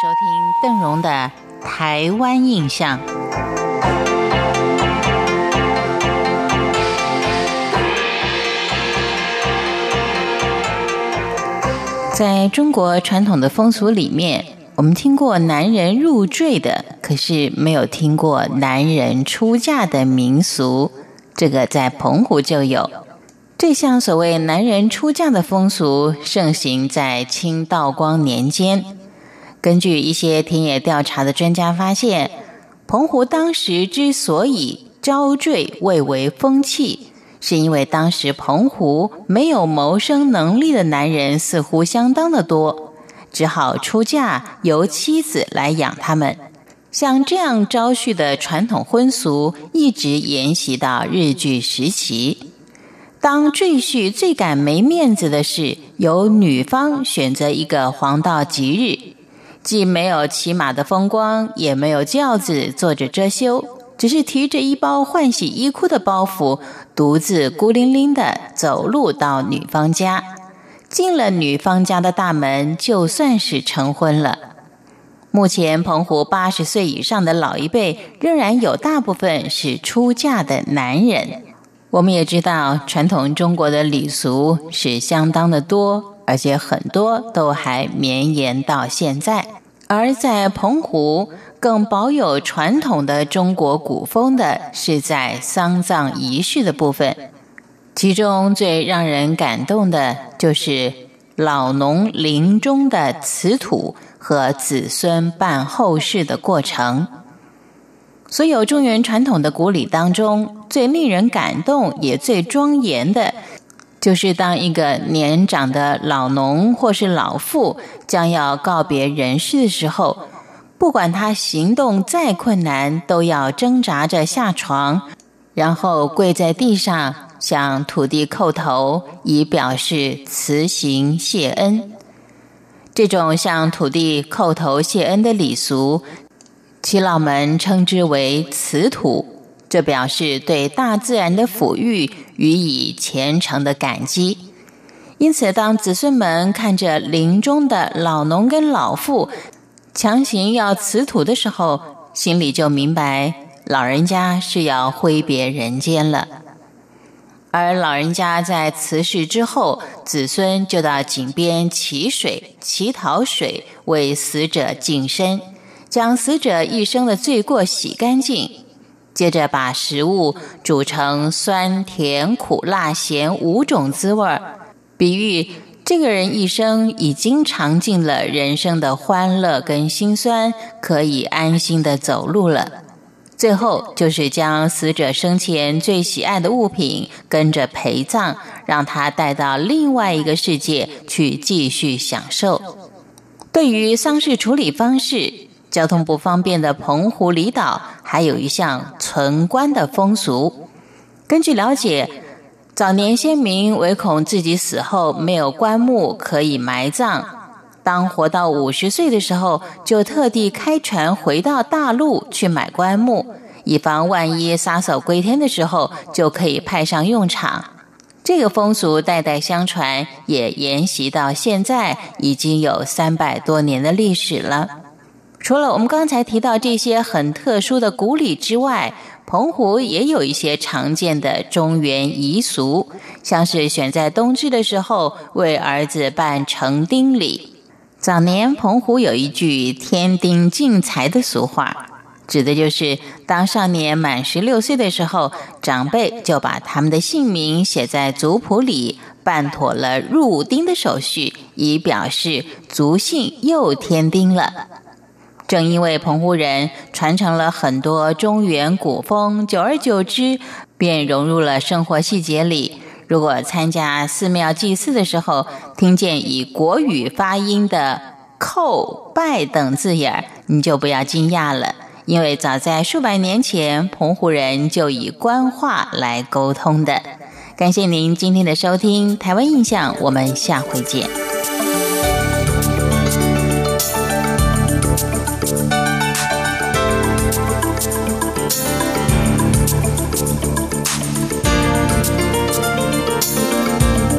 收听邓荣的台湾印象。在中国传统的风俗里面，我们听过男人入赘的，可是没有听过男人出嫁的民俗，这个在澎湖就有。这项所谓男人出嫁的风俗盛行在清道光年间。根据一些田野调查的专家发现，澎湖当时之所以招赘蔚为风气，是因为当时澎湖没有谋生能力的男人似乎相当的多，只好出嫁由妻子来养他们。像这样招婿的传统婚俗一直沿袭到日据时期。当赘婿最感没面子的是，由女方选择一个黄道吉日，既没有骑马的风光，也没有轿子坐着遮羞，只是提着一包换洗衣裤的包袱，独自孤零零地走路到女方家。进了女方家的大门，就算是成婚了。目前澎湖80岁以上的老一辈，仍然有大部分是出嫁的男人。我们也知道，传统中国的礼俗是相当的多，而且很多都还绵延到现在。而在澎湖更保有传统的中国古风的是在丧葬仪式的部分，其中最让人感动的就是老农临终的辞土和子孙办后事的过程。所有中原传统的古礼当中，最令人感动也最庄严的，就是当一个年长的老农或是老妇将要告别人世的时候，不管他行动再困难，都要挣扎着下床，然后跪在地上向土地叩头，以表示辞行谢恩。这种向土地叩头谢恩的礼俗，耆老们称之为辞土，这表示对大自然的抚育予以虔诚的感激。因此，当子孙们看着临终的老农跟老妇强行要辞土的时候，心里就明白老人家是要挥别人间了。而老人家在辞世之后，子孙就到井边祈水、祈讨水，为死者净身，将死者一生的罪过洗干净，接着把食物煮成酸、甜、苦、辣、咸5种滋味，比喻这个人一生已经尝尽了人生的欢乐跟辛酸，可以安心的走路了。最后就是将死者生前最喜爱的物品跟着陪葬，让他带到另外一个世界去继续享受。对于丧事处理方式，交通不方便的澎湖离岛还有一项存棺的风俗。根据了解，早年先民唯恐自己死后没有棺木可以埋葬，当活到50岁的时候，就特地开船回到大陆去买棺木，以防万一撒手归天的时候就可以派上用场。这个风俗代代相传，也沿袭到现在，已经有300多年的历史了。除了我们刚才提到这些很特殊的古礼之外，澎湖也有一些常见的中原遗俗，像是选在冬至的时候为儿子办成丁礼。早年澎湖有一句添丁进财的俗话，指的就是当少年满16岁的时候，长辈就把他们的姓名写在族谱里，办妥了入丁的手续，以表示族姓又添丁了。正因为澎湖人传承了很多中原古风，久而久之便融入了生活细节里。如果参加寺庙祭祀的时候，听见以国语发音的叩、拜等字眼，你就不要惊讶了，因为早在数百年前，澎湖人就以官话来沟通的。感谢您今天的收听，台湾印象，我们下回见。